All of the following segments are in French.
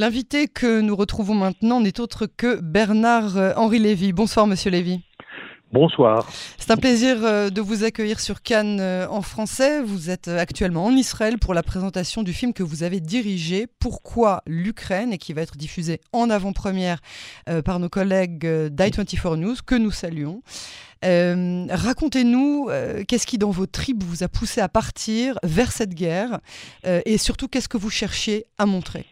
L'invité que nous retrouvons maintenant n'est autre que Bernard-Henri Lévy. Bonsoir Monsieur Lévy. Bonsoir. C'est un plaisir de vous accueillir sur Cannes en français. Vous êtes actuellement en Israël pour la présentation du film que vous avez dirigé, Pourquoi l'Ukraine, et qui va être diffusé en avant-première par nos collègues d'i24 News, que nous saluons. Racontez-nous qu'est-ce qui dans vos tripes vous a poussé à partir vers cette guerre et surtout qu'est-ce que vous cherchiez à montrer?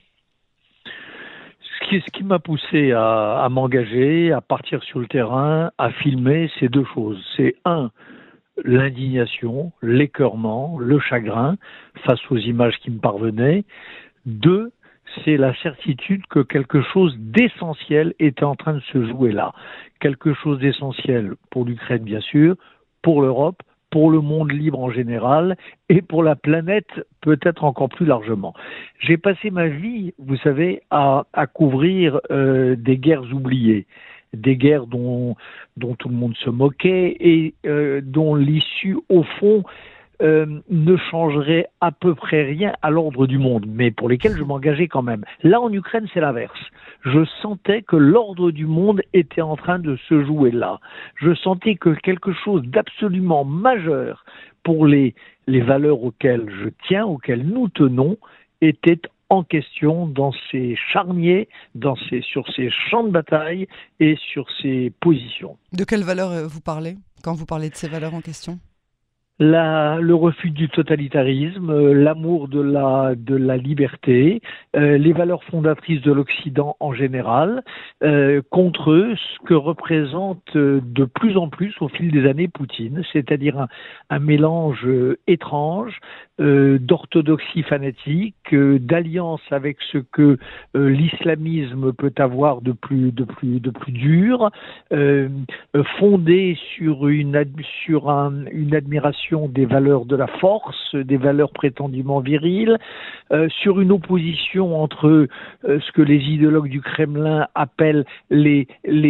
Ce qui m'a poussé à m'engager, à partir sur le terrain, à filmer, c'est deux choses. C'est un, l'indignation, l'écœurement, le chagrin face aux images qui me parvenaient. Deux, c'est la certitude que quelque chose d'essentiel était en train de se jouer là. Quelque chose d'essentiel pour l'Ukraine, bien sûr, pour l'Europe, pour le monde libre en général et pour la planète peut-être encore plus largement. J'ai passé ma vie, vous savez, à couvrir des guerres oubliées, des guerres dont tout le monde se moquait et dont l'issue, au fond, ne changerait à peu près rien à l'ordre du monde, mais pour lesquels je m'engageais quand même. Là, en Ukraine, c'est l'inverse. Je sentais que l'ordre du monde était en train de se jouer là. Je sentais que quelque chose d'absolument majeur pour les valeurs auxquelles je tiens, auxquelles nous tenons, était en question dans ces charniers, sur ces champs de bataille et sur ces positions. De quelles valeurs vous parlez quand vous parlez de ces valeurs en question ? Le refus du totalitarisme, l'amour de la liberté, les valeurs fondatrices de l'Occident en général, contre eux, ce que représente de plus en plus au fil des années Poutine, c'est-à-dire un mélange étrange d'orthodoxie fanatique, d'alliance avec ce que l'islamisme peut avoir de plus dur, fondé sur une admiration des valeurs de la force, des valeurs prétendument viriles, sur une opposition entre ce que les idéologues du Kremlin appellent les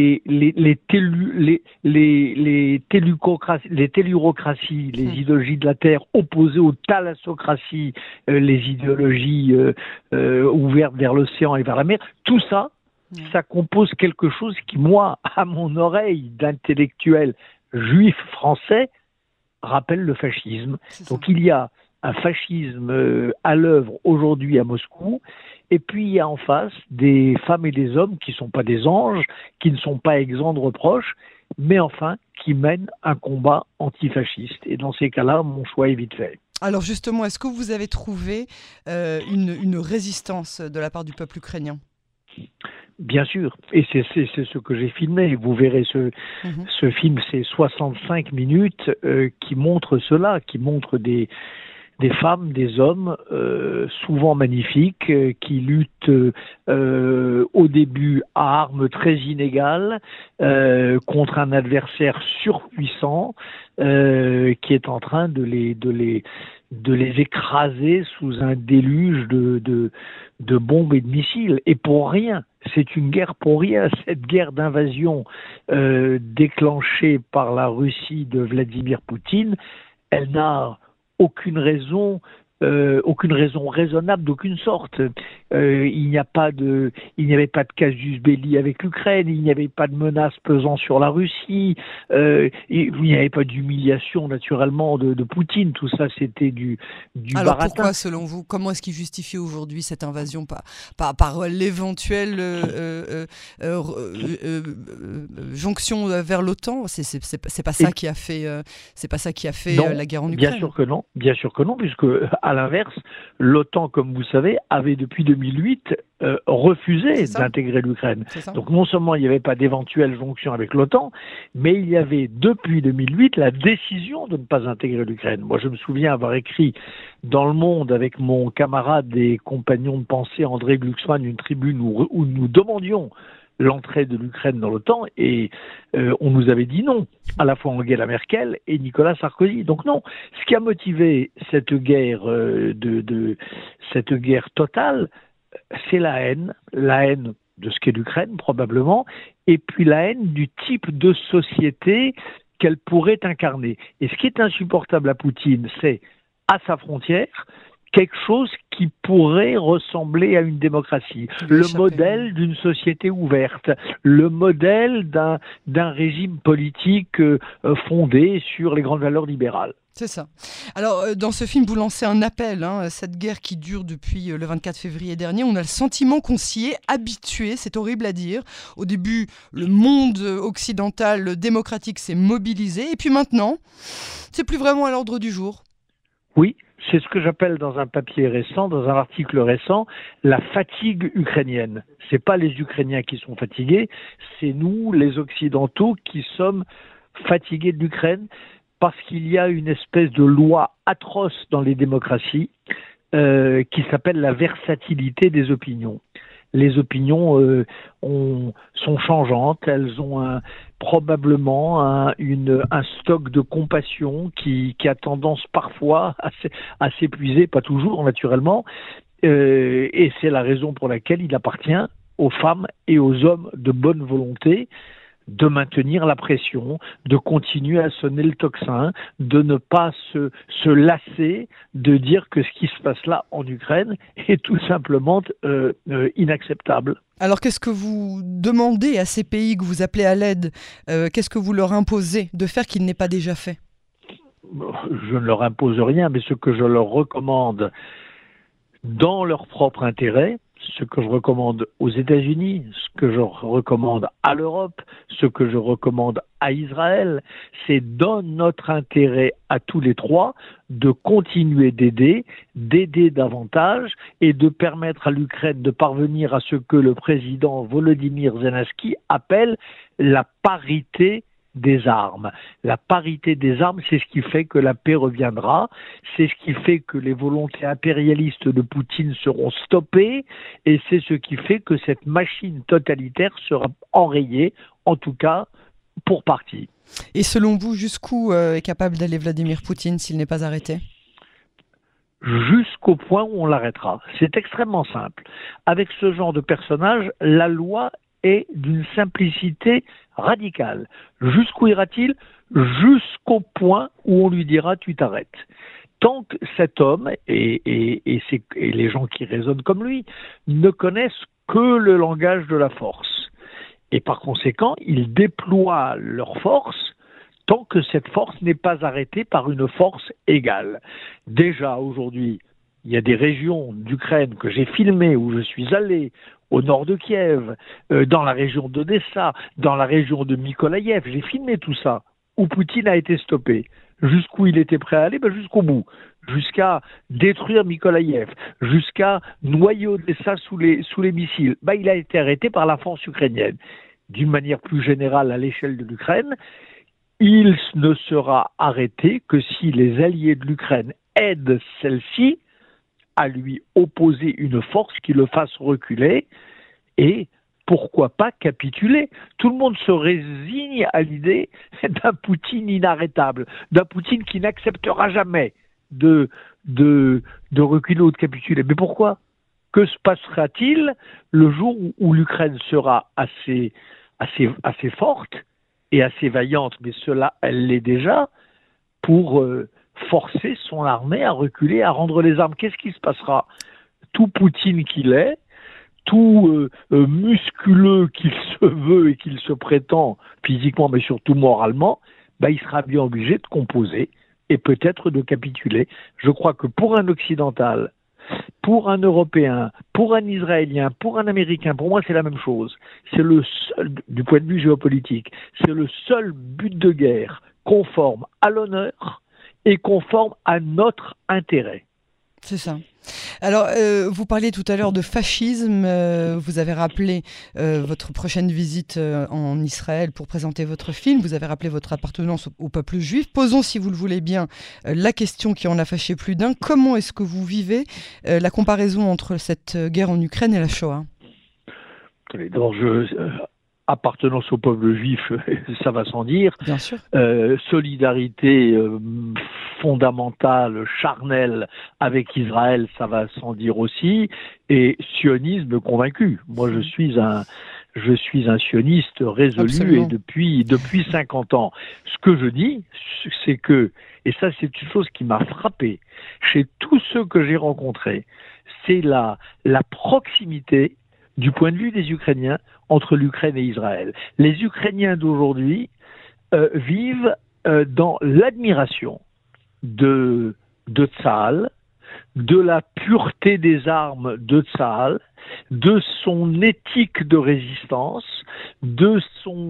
tellurocraties, les idéologies de la terre opposées aux thalassocraties, les idéologies ouvertes vers l'océan et vers la mer. Tout ça, ça compose quelque chose qui, moi, à mon oreille d'intellectuel juif français, rappelle le fascisme. Donc il y a un fascisme à l'œuvre aujourd'hui à Moscou, et puis il y a en face des femmes et des hommes qui ne sont pas des anges, qui ne sont pas exempts de reproches, mais enfin qui mènent un combat antifasciste. Et dans ces cas-là, mon choix est vite fait. Alors justement, est-ce que vous avez trouvé une résistance de la part du peuple ukrainien ? Bien sûr, et c'est ce que j'ai filmé. Vous verrez ce film, c'est 65 minutes qui montre cela, qui montre des femmes, des hommes, souvent magnifiques, qui luttent au début à armes très inégales contre un adversaire surpuissant qui est en train de les écraser sous un déluge de bombes et de missiles. Et pour rien, c'est une guerre pour rien. Cette guerre d'invasion déclenchée par la Russie de Vladimir Poutine, elle n'a aucune raison raisonnable d'aucune sorte. Il n'y avait pas de casus belli avec l'Ukraine, il n'y avait pas de menace pesant sur la Russie, il n'y avait pas d'humiliation naturellement de Poutine. Tout ça, c'était du Alors baratin. pourquoi, selon vous, comment est-ce qu'il justifie aujourd'hui cette invasion par l'éventuelle jonction vers l'OTAN? C'est pas ça qui a fait, non, la guerre en Ukraine. Bien sûr que non, puisque à l'inverse, l'OTAN, comme vous savez, avait depuis 2008 refusé d'intégrer l'Ukraine. Donc non seulement il n'y avait pas d'éventuelle jonction avec l'OTAN, mais il y avait depuis 2008 la décision de ne pas intégrer l'Ukraine. Moi, je me souviens avoir écrit dans Le Monde avec mon camarade et compagnon de pensée André Glucksmann une tribune où nous demandions l'entrée de l'Ukraine dans l'OTAN et on nous avait dit non, à la fois Angela Merkel et Nicolas Sarkozy. Donc non, ce qui a motivé cette guerre cette guerre totale, c'est la haine de ce qu'est l'Ukraine probablement, et puis la haine du type de société qu'elle pourrait incarner. Et ce qui est insupportable à Poutine, c'est à sa frontière quelque chose qui pourrait ressembler à une démocratie, le modèle d'une société ouverte, le modèle d'un régime politique fondé sur les grandes valeurs libérales. C'est ça. Alors, dans ce film, vous lancez un appel, cette guerre qui dure depuis le 24 février dernier. On a le sentiment qu'on s'y est habitué, c'est horrible à dire. Au début, le monde occidental démocratique s'est mobilisé, et puis maintenant, c'est plus vraiment à l'ordre du jour. Oui, c'est ce que j'appelle dans un papier récent, dans un article récent, la fatigue ukrainienne. C'est pas les Ukrainiens qui sont fatigués, c'est nous, les Occidentaux, qui sommes fatigués de l'Ukraine, parce qu'il y a une espèce de loi atroce dans les démocraties qui s'appelle la versatilité des opinions. Les opinions sont changeantes, elles ont probablement un stock de compassion qui a tendance parfois à s'épuiser, pas toujours naturellement, et c'est la raison pour laquelle il appartient aux femmes et aux hommes de bonne volonté de maintenir la pression, de continuer à sonner le tocsin, de ne pas se lasser de dire que ce qui se passe là en Ukraine est tout simplement inacceptable. Alors qu'est-ce que vous demandez à ces pays que vous appelez à l'aide? Qu'est-ce que vous leur imposez de faire qu'il n'est pas déjà fait? Je ne leur impose rien, mais ce que je leur recommande dans leur propre intérêt, ce que je recommande aux États-Unis, ce que je recommande à l'Europe, ce que je recommande à Israël, c'est dans notre intérêt à tous les trois de continuer d'aider davantage et de permettre à l'Ukraine de parvenir à ce que le président Volodymyr Zelensky appelle la parité des armes. La parité des armes, c'est ce qui fait que la paix reviendra, c'est ce qui fait que les volontés impérialistes de Poutine seront stoppées, et c'est ce qui fait que cette machine totalitaire sera enrayée, en tout cas pour partie. Et selon vous, jusqu'où est capable d'aller Vladimir Poutine s'il n'est pas arrêté ? Jusqu'au point où on l'arrêtera. C'est extrêmement simple. Avec ce genre de personnage, la loi est d'une simplicité radicale. Jusqu'où ira-t-il ? Jusqu'au point où on lui dira tu t'arrêtes. Tant que cet homme et les gens qui raisonnent comme lui ne connaissent que le langage de la force. Et par conséquent, ils déploient leur force tant que cette force n'est pas arrêtée par une force égale. Déjà aujourd'hui, il y a des régions d'Ukraine que j'ai filmées, où je suis allé, au nord de Kiev, dans la région d'Odessa, dans la région de Mykolaïev, j'ai filmé tout ça, où Poutine a été stoppé. Jusqu'où il était prêt à aller ? Jusqu'au bout. Jusqu'à détruire Mykolaïev, jusqu'à noyer Odessa sous les missiles. Il a été arrêté par la force ukrainienne. D'une manière plus générale à l'échelle de l'Ukraine, il ne sera arrêté que si les alliés de l'Ukraine aident celle-ci à lui opposer une force qui le fasse reculer et pourquoi pas capituler. Tout le monde se résigne à l'idée d'un Poutine inarrêtable, d'un Poutine qui n'acceptera jamais de reculer ou de capituler. Mais pourquoi ? Que se passera-t-il le jour où l'Ukraine sera assez forte et assez vaillante, mais cela, elle l'est déjà, pour forcer son armée à reculer, à rendre les armes. Qu'est-ce qui se passera ? Tout Poutine qu'il est, tout musculeux qu'il se veut et qu'il se prétend physiquement, mais surtout moralement, il sera bien obligé de composer et peut-être de capituler. Je crois que pour un occidental, pour un Européen, pour un Israélien, pour un Américain, pour moi c'est la même chose. C'est le seul, du point de vue géopolitique, c'est le seul but de guerre conforme à l'honneur et conforme à notre intérêt. C'est ça. Alors, vous parliez tout à l'heure de fascisme. Vous avez rappelé votre prochaine visite en Israël pour présenter votre film. Vous avez rappelé votre appartenance au peuple juif. Posons, si vous le voulez bien, la question qui en a fâché plus d'un. Comment est-ce que vous vivez la comparaison entre cette guerre en Ukraine et la Shoah ? D'abord, appartenance au peuple juif, ça va sans dire. Bien sûr. Solidarité fondamentale, charnelle avec Israël, ça va sans dire aussi. Et sionisme convaincu. Moi, je suis Je suis un sioniste résolu. Absolument. Et depuis 50 ans. Ce que je dis, c'est que, et ça c'est une chose qui m'a frappé chez tous ceux que j'ai rencontrés, c'est la proximité du point de vue des Ukrainiens entre l'Ukraine et Israël. Les Ukrainiens d'aujourd'hui vivent dans l'admiration de Tsahal, de la pureté des armes de Tsahal, de son éthique de résistance, de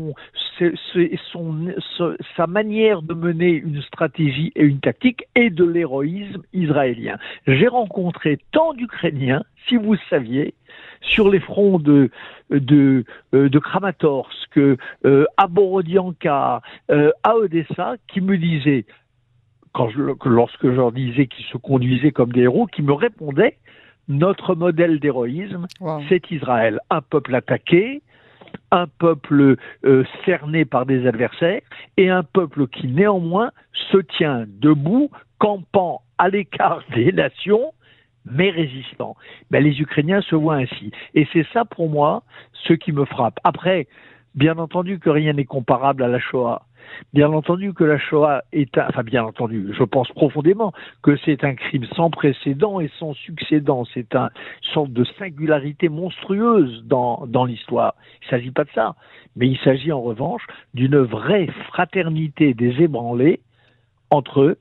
sa manière de mener une stratégie et une tactique, et de l'héroïsme israélien. J'ai rencontré tant d'Ukrainiens, si vous le saviez, sur les fronts de Kramatorsk, à Borodianka, à Odessa, qui me disaient, lorsque je leur disais qu'ils se conduisaient comme des héros, qui me répondaient: notre modèle d'héroïsme, c'est Israël. Un peuple attaqué, un peuple cerné par des adversaires, et un peuple qui néanmoins se tient debout, campant à l'écart des nations, mais résistant. Ben, les Ukrainiens se voient ainsi. Et c'est ça pour moi ce qui me frappe. Après, bien entendu que rien n'est comparable à la Shoah. Bien entendu que la Shoah bien entendu, je pense profondément que c'est un crime sans précédent et sans succédent. C'est une sorte de singularité monstrueuse dans l'histoire. Il ne s'agit pas de ça. Mais il s'agit en revanche d'une vraie fraternité des ébranlés entre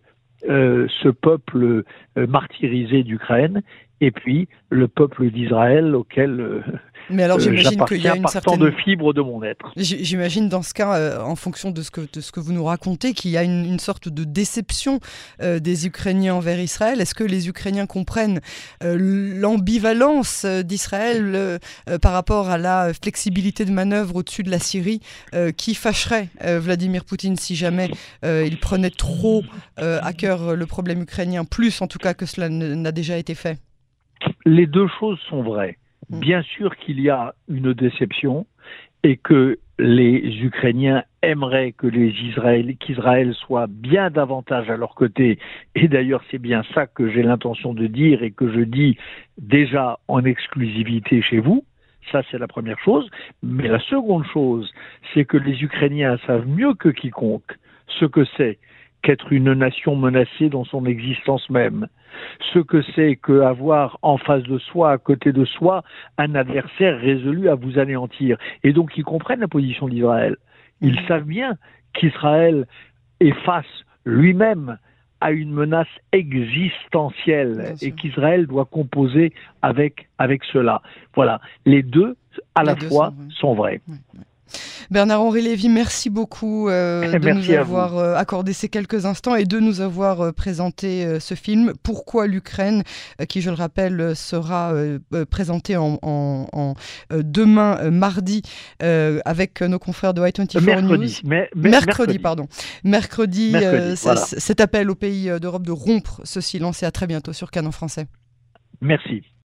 ce peuple martyrisé d'Ukraine et puis le peuple d'Israël auquel mais alors j'imagine qu'il y a une certaine de fibres de mon être. J'imagine dans ce cas, en fonction de ce que vous nous racontez, qu'il y a une sorte de déception des Ukrainiens envers Israël. Est-ce que les Ukrainiens comprennent l'ambivalence d'Israël par rapport à la flexibilité de manœuvre au-dessus de la Syrie qui fâcherait Vladimir Poutine si jamais il prenait trop à cœur le problème ukrainien, plus en tout cas que cela n'a déjà été fait? Les deux choses sont vraies. Bien sûr qu'il y a une déception et que les Ukrainiens aimeraient que qu'Israël soit bien davantage à leur côté. Et d'ailleurs, c'est bien ça que j'ai l'intention de dire et que je dis déjà en exclusivité chez vous. Ça, c'est la première chose. Mais la seconde chose, c'est que les Ukrainiens savent mieux que quiconque ce que c'est qu'être une nation menacée dans son existence même, ce que c'est qu'avoir en face de soi, à côté de soi, un adversaire résolu à vous anéantir. Et donc ils comprennent la position d'Israël. Ils savent bien qu'Israël est face lui-même à une menace existentielle et qu'Israël doit composer avec cela. Voilà, les deux à la fois sont vrais. Bernard-Henri Lévy, merci beaucoup de nous avoir accordé ces quelques instants et de nous avoir présenté ce film, Pourquoi l'Ukraine, qui, je le rappelle, sera présenté demain, mardi, avec nos confrères de i24 News. Mercredi, voilà. Cet appel aux pays d'Europe de rompre ce silence, et à très bientôt sur Cannes en français. Merci.